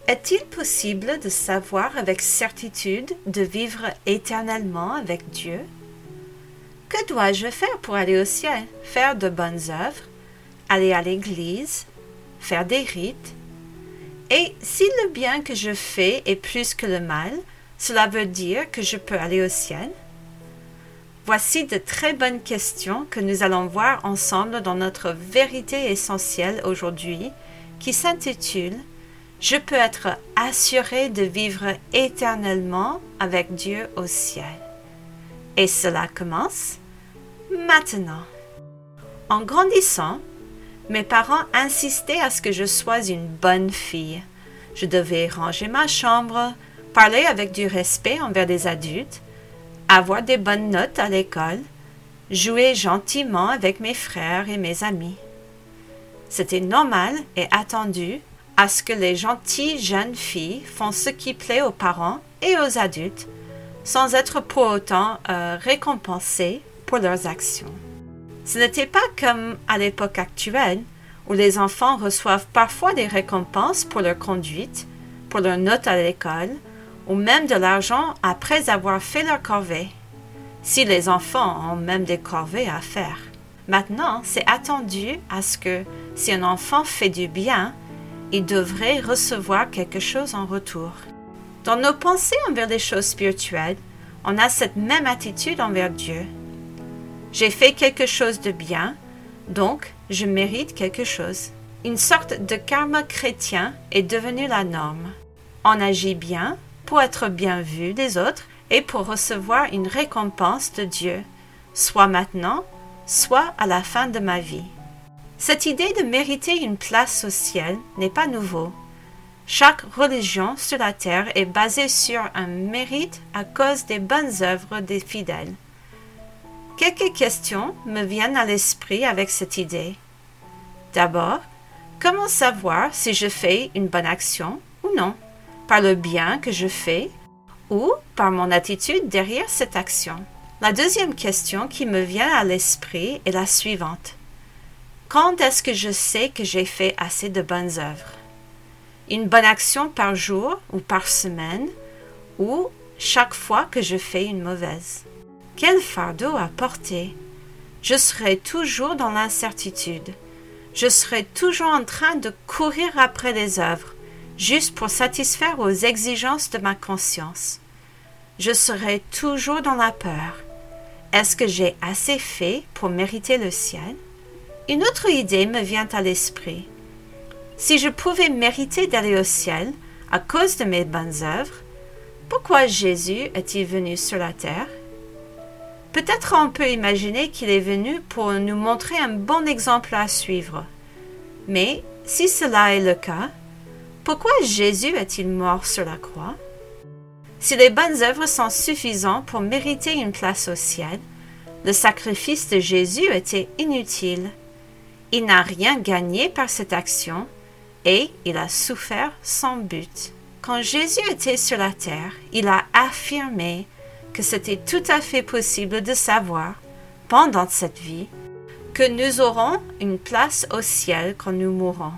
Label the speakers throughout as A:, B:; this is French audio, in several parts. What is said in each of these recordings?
A: Est-il possible de savoir avec certitude de vivre éternellement avec Dieu? Que dois-je faire pour aller au ciel? Faire de bonnes œuvres, aller à l'église, faire des rites? Et si le bien que je fais est plus que le mal, cela veut dire que je peux aller au ciel? Voici de très bonnes questions que nous allons voir ensemble dans notre vérité essentielle aujourd'hui, qui s'intitule « Je peux être assuré de vivre éternellement avec Dieu au ciel ». Et cela commence maintenant. En grandissant, mes parents insistaient à ce que je sois une bonne fille. Je devais ranger ma chambre, parler avec du respect envers des adultes, avoir des bonnes notes à l'école, jouer gentiment avec mes frères et mes amis. C'était normal et attendu à ce que les gentilles jeunes filles font ce qui plaît aux parents et aux adultes, sans être pour autant récompensées pour leurs actions. Ce n'était pas comme à l'époque actuelle, où les enfants reçoivent parfois des récompenses pour leur conduite, pour leurs notes à l'école, ou même de l'argent après avoir fait leur corvée, si les enfants ont même des corvées à faire. Maintenant, c'est attendu à ce que, si un enfant fait du bien, il devrait recevoir quelque chose en retour. Dans nos pensées envers les choses spirituelles, on a cette même attitude envers Dieu. J'ai fait quelque chose de bien, donc je mérite quelque chose. Une sorte de karma chrétien est devenu la norme. On agit bien pour être bien vu des autres et pour recevoir une récompense de Dieu, soit maintenant, soit à la fin de ma vie. Cette idée de mériter une place au ciel n'est pas nouveau. Chaque religion sur la terre est basée sur un mérite à cause des bonnes œuvres des fidèles. Quelques questions me viennent à l'esprit avec cette idée. D'abord, comment savoir si je fais une bonne action ou non? Par le bien que je fais ou par mon attitude derrière cette action? La deuxième question qui me vient à l'esprit est la suivante. Quand est-ce que je sais que j'ai fait assez de bonnes œuvres? Une bonne action par jour ou par semaine ou chaque fois que je fais une mauvaise? Quel fardeau à porter! Je serai toujours dans l'incertitude. Je serai toujours en train de courir après les œuvres, juste pour satisfaire aux exigences de ma conscience. Je serai toujours dans la peur. Est-ce que j'ai assez fait pour mériter le ciel? Une autre idée me vient à l'esprit. Si je pouvais mériter d'aller au ciel à cause de mes bonnes œuvres, pourquoi Jésus est-il venu sur la terre? Peut-être on peut imaginer qu'il est venu pour nous montrer un bon exemple à suivre. Mais si cela est le cas, pourquoi Jésus est-il mort sur la croix? Si les bonnes œuvres sont suffisantes pour mériter une place au ciel, le sacrifice de Jésus était inutile. Il n'a rien gagné par cette action et il a souffert sans but. Quand Jésus était sur la terre, il a affirmé que c'était tout à fait possible de savoir, pendant cette vie, que nous aurons une place au ciel quand nous mourrons.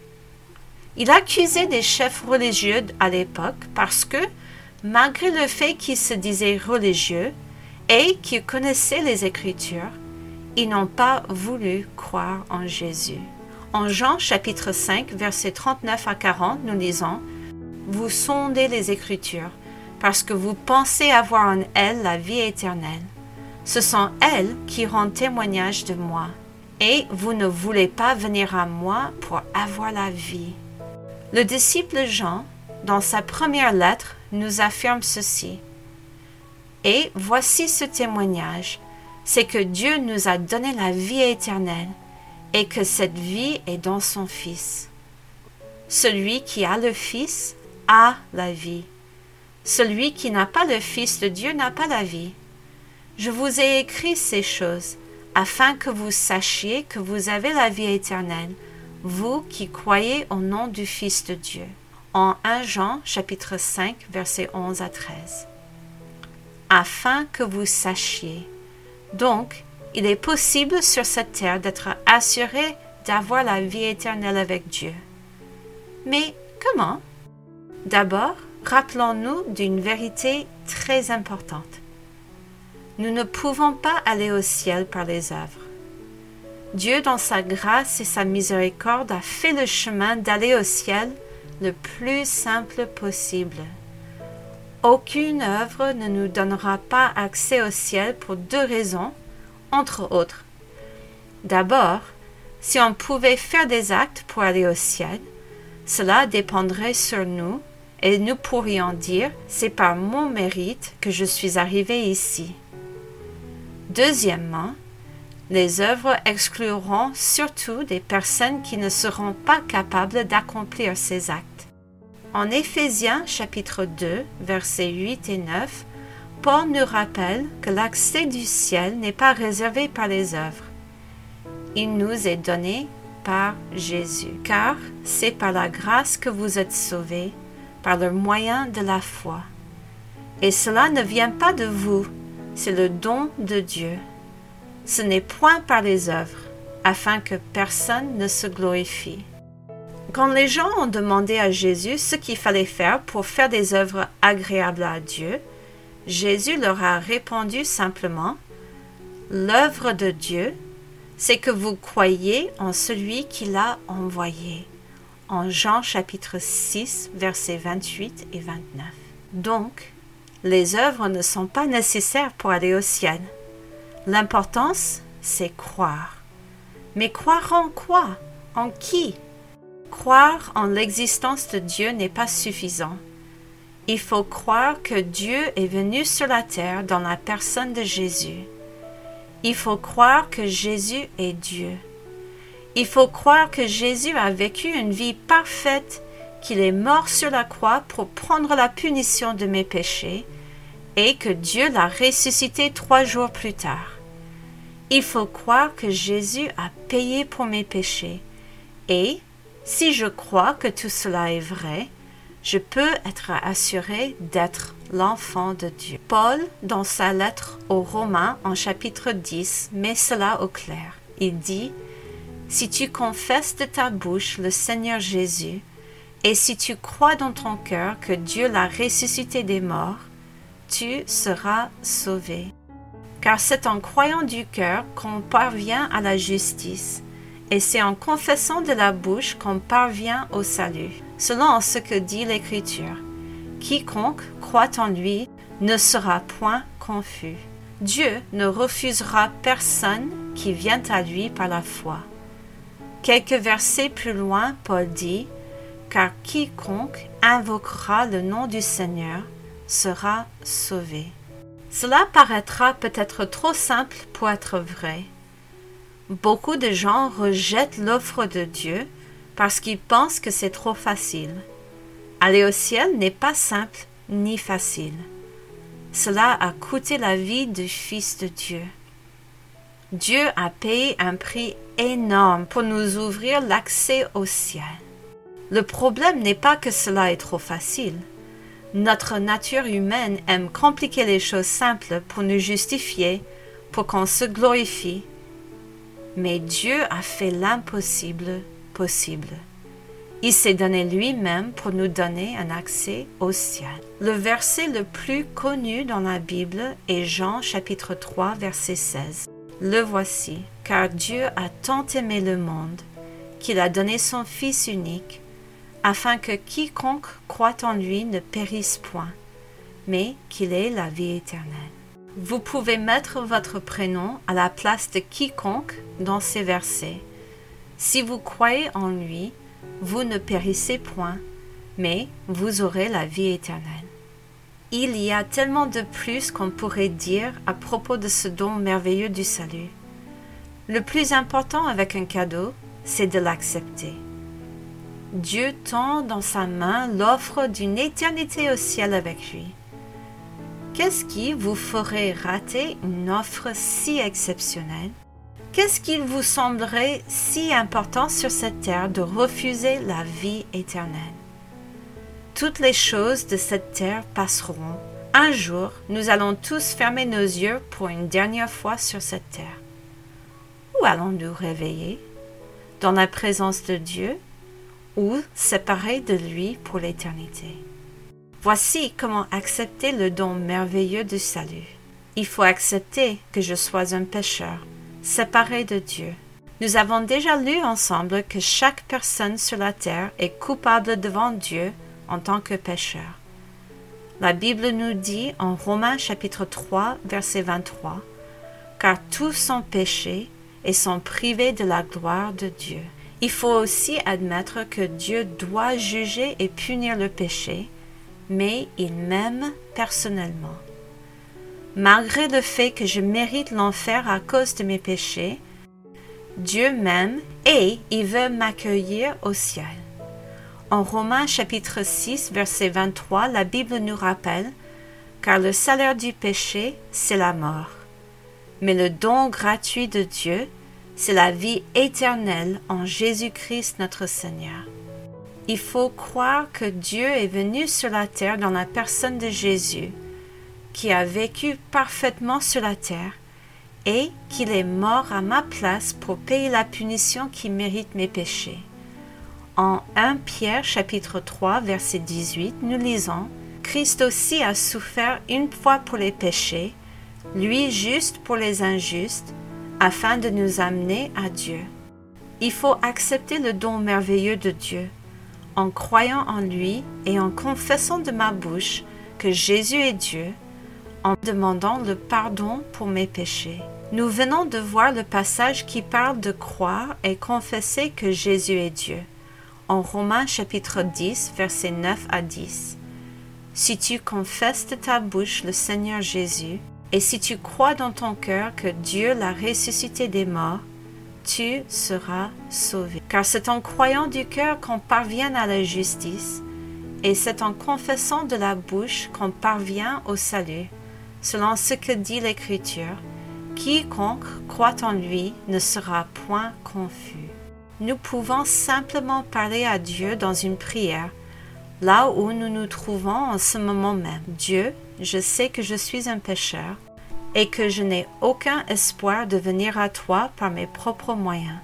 A: Il accusait des chefs religieux à l'époque parce que, malgré le fait qu'ils se disaient religieux et qu'ils connaissaient les Écritures, ils n'ont pas voulu croire en Jésus. En Jean chapitre 5, versets 39 à 40, nous lisons « Vous sondez les Écritures, parce que vous pensez avoir en elles la vie éternelle. Ce sont elles qui rendent témoignage de moi, et vous ne voulez pas venir à moi pour avoir la vie. » Le disciple Jean, dans sa première lettre, nous affirme ceci. « Et voici ce témoignage, c'est que Dieu nous a donné la vie éternelle, et que cette vie est dans son Fils. Celui qui a le Fils a la vie. Celui qui n'a pas le Fils de Dieu n'a pas la vie. Je vous ai écrit ces choses, afin que vous sachiez que vous avez la vie éternelle, vous qui croyez au nom du Fils de Dieu. » En 1 Jean, chapitre 5, versets 11 à 13. Afin que vous sachiez. Donc, il est possible sur cette terre d'être assuré d'avoir la vie éternelle avec Dieu. Mais comment? D'abord, rappelons-nous d'une vérité très importante. Nous ne pouvons pas aller au ciel par les œuvres. Dieu, dans sa grâce et sa miséricorde, a fait le chemin d'aller au ciel le plus simple possible. Aucune œuvre ne nous donnera pas accès au ciel pour deux raisons, entre autres. D'abord, si on pouvait faire des actes pour aller au ciel, cela dépendrait sur nous et nous pourrions dire « c'est par mon mérite que je suis arrivé ici ». Deuxièmement, les œuvres excluront surtout des personnes qui ne seront pas capables d'accomplir ces actes. En Éphésiens chapitre 2, versets 8 et 9, Paul nous rappelle que l'accès du ciel n'est pas réservé par les œuvres. Il nous est donné par Jésus, car c'est par la grâce que vous êtes sauvés, par le moyen de la foi. Et cela ne vient pas de vous, c'est le don de Dieu. Ce n'est point par les œuvres, afin que personne ne se glorifie. Quand les gens ont demandé à Jésus ce qu'il fallait faire pour faire des œuvres agréables à Dieu, Jésus leur a répondu simplement « L'œuvre de Dieu, c'est que vous croyez en celui qui l'a envoyé. » En Jean chapitre 6, versets 28 et 29. Donc, les œuvres ne sont pas nécessaires pour aller au ciel. L'importance, c'est croire. Mais croire en quoi? En qui? Croire en l'existence de Dieu n'est pas suffisant. Il faut croire que Dieu est venu sur la terre dans la personne de Jésus. Il faut croire que Jésus est Dieu. Il faut croire que Jésus a vécu une vie parfaite, qu'il est mort sur la croix pour prendre la punition de mes péchés et que Dieu l'a ressuscité 3 jours plus tard. Il faut croire que Jésus a payé pour mes péchés et, si je crois que tout cela est vrai, je peux être assuré d'être l'enfant de Dieu. Paul, dans sa lettre aux Romains en chapitre 10, met cela au clair. Il dit « Si tu confesses de ta bouche le Seigneur Jésus, et si tu crois dans ton cœur que Dieu l'a ressuscité des morts, tu seras sauvé. Car c'est en croyant du cœur qu'on parvient à la justice, et c'est en confessant de la bouche qu'on parvient au salut. Selon ce que dit l'Écriture, quiconque croit en lui ne sera point confus. Dieu ne refusera personne qui vient à lui par la foi. Quelques versets plus loin, Paul dit « Car quiconque invoquera le nom du Seigneur sera sauvé. » Cela paraîtra peut-être trop simple pour être vrai. Beaucoup de gens rejettent l'offre de Dieu parce qu'ils pensent que c'est trop facile. Aller au ciel n'est pas simple ni facile. Cela a coûté la vie du Fils de Dieu. Dieu a payé un prix énorme pour nous ouvrir l'accès au ciel. Le problème n'est pas que cela est trop facile. Notre nature humaine aime compliquer les choses simples pour nous justifier, pour qu'on se glorifie. Mais Dieu a fait l'impossible possible. Il s'est donné lui-même pour nous donner un accès au ciel. Le verset le plus connu dans la Bible est Jean chapitre 3 verset 16. Le voici, car Dieu a tant aimé le monde qu'il a donné son Fils unique, afin que quiconque croit en lui ne périsse point, mais qu'il ait la vie éternelle. Vous pouvez mettre votre prénom à la place de quiconque dans ces versets. Si vous croyez en lui, vous ne périssez point, mais vous aurez la vie éternelle. Il y a tellement de plus qu'on pourrait dire à propos de ce don merveilleux du salut. Le plus important avec un cadeau, c'est de l'accepter. Dieu tend dans sa main l'offre d'une éternité au ciel avec lui. Qu'est-ce qui vous ferait rater une offre si exceptionnelle? Qu'est-ce qu'il vous semblerait si important sur cette terre de refuser la vie éternelle? Toutes les choses de cette terre passeront. Un jour, nous allons tous fermer nos yeux pour une dernière fois sur cette terre. Où allons-nous réveiller? Dans la présence de Dieu ou séparés de lui pour l'éternité? Voici comment accepter le don merveilleux du salut. Il faut accepter que je sois un pécheur, séparé de Dieu. Nous avons déjà lu ensemble que chaque personne sur la terre est coupable devant Dieu en tant que pécheur. La Bible nous dit en Romains chapitre 3, verset 23, « Car tous sont péchés et sont privés de la gloire de Dieu. » Il faut aussi admettre que Dieu doit juger et punir le péché, mais il m'aime personnellement. Malgré le fait que je mérite l'enfer à cause de mes péchés, Dieu m'aime et il veut m'accueillir au ciel. En Romains chapitre 6, verset 23, la Bible nous rappelle « Car le salaire du péché, c'est la mort. Mais le don gratuit de Dieu, c'est la vie éternelle en Jésus-Christ notre Seigneur. » Il faut croire que Dieu est venu sur la terre dans la personne de Jésus, qui a vécu parfaitement sur la terre, et qu'il est mort à ma place pour payer la punition qui mérite mes péchés. En 1 Pierre chapitre 3 verset 18, nous lisons « Christ aussi a souffert une fois pour les péchés, lui juste pour les injustes, afin de nous amener à Dieu. » Il faut accepter le don merveilleux de Dieu, en croyant en lui et en confessant de ma bouche que Jésus est Dieu, en demandant le pardon pour mes péchés. Nous venons de voir le passage qui parle de croire et confesser que Jésus est Dieu. En Romains chapitre 10, versets 9 à 10. Si tu confesses de ta bouche le Seigneur Jésus, et si tu crois dans ton cœur que Dieu l'a ressuscité des morts, tu seras sauvé. Car c'est en croyant du cœur qu'on parvient à la justice, et c'est en confessant de la bouche qu'on parvient au salut, selon ce que dit l'Écriture. Quiconque croit en lui ne sera point confus. Nous pouvons simplement parler à Dieu dans une prière, là où nous nous trouvons en ce moment même. Dieu, je sais que je suis un pécheur et que je n'ai aucun espoir de venir à toi par mes propres moyens.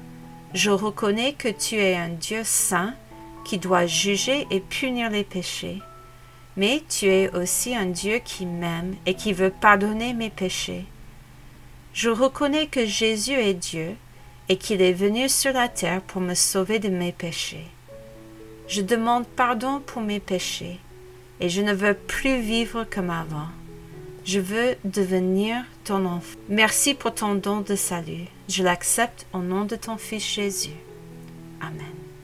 A: Je reconnais que tu es un Dieu saint qui doit juger et punir les péchés, mais tu es aussi un Dieu qui m'aime et qui veut pardonner mes péchés. Je reconnais que Jésus est Dieu et qu'il est venu sur la terre pour me sauver de mes péchés. Je demande pardon pour mes péchés et je ne veux plus vivre comme avant. Je veux devenir ton enfant. Merci pour ton don de salut. Je l'accepte au nom de ton Fils Jésus. Amen.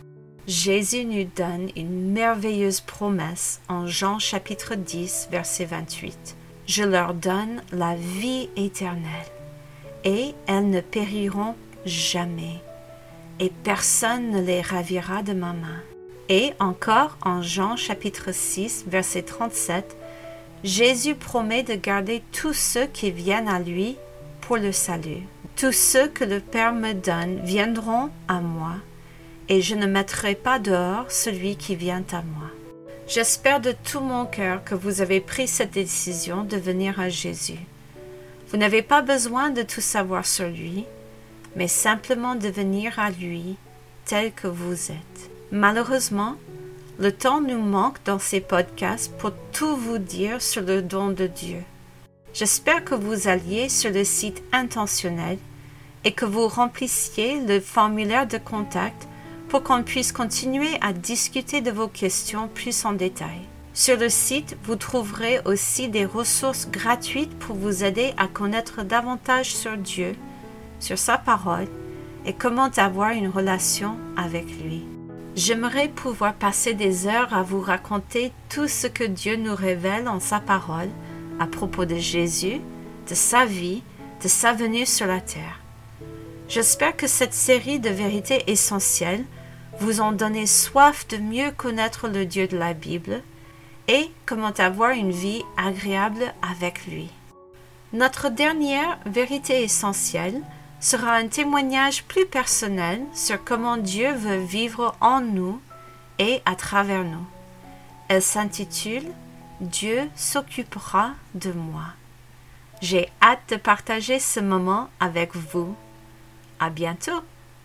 A: Jésus nous donne une merveilleuse promesse en Jean chapitre 10, verset 28. « Je leur donne la vie éternelle, et elles ne périront jamais, et personne ne les ravira de ma main. » Et encore en Jean chapitre 6, verset 37, Jésus promet de garder tous ceux qui viennent à lui pour le salut. « Tous ceux que le Père me donne viendront à moi, et je ne mettrai pas dehors celui qui vient à moi. » J'espère de tout mon cœur que vous avez pris cette décision de venir à Jésus. Vous n'avez pas besoin de tout savoir sur lui, mais simplement de venir à lui tel que vous êtes. Malheureusement, le temps nous manque dans ces podcasts pour tout vous dire sur le don de Dieu. J'espère que vous alliez sur le site intentionnel et que vous remplissiez le formulaire de contact pour qu'on puisse continuer à discuter de vos questions plus en détail. Sur le site, vous trouverez aussi des ressources gratuites pour vous aider à connaître davantage sur Dieu, sur sa parole et comment avoir une relation avec lui. J'aimerais pouvoir passer des heures à vous raconter tout ce que Dieu nous révèle en sa parole à propos de Jésus, de sa vie, de sa venue sur la terre. J'espère que cette série de vérités essentielles vous ont donné soif de mieux connaître le Dieu de la Bible et comment avoir une vie agréable avec lui. Notre dernière vérité essentielle sera un témoignage plus personnel sur comment Dieu veut vivre en nous et à travers nous. Elle s'intitule « Dieu s'occupera de moi ». J'ai hâte de partager ce moment avec vous. À bientôt!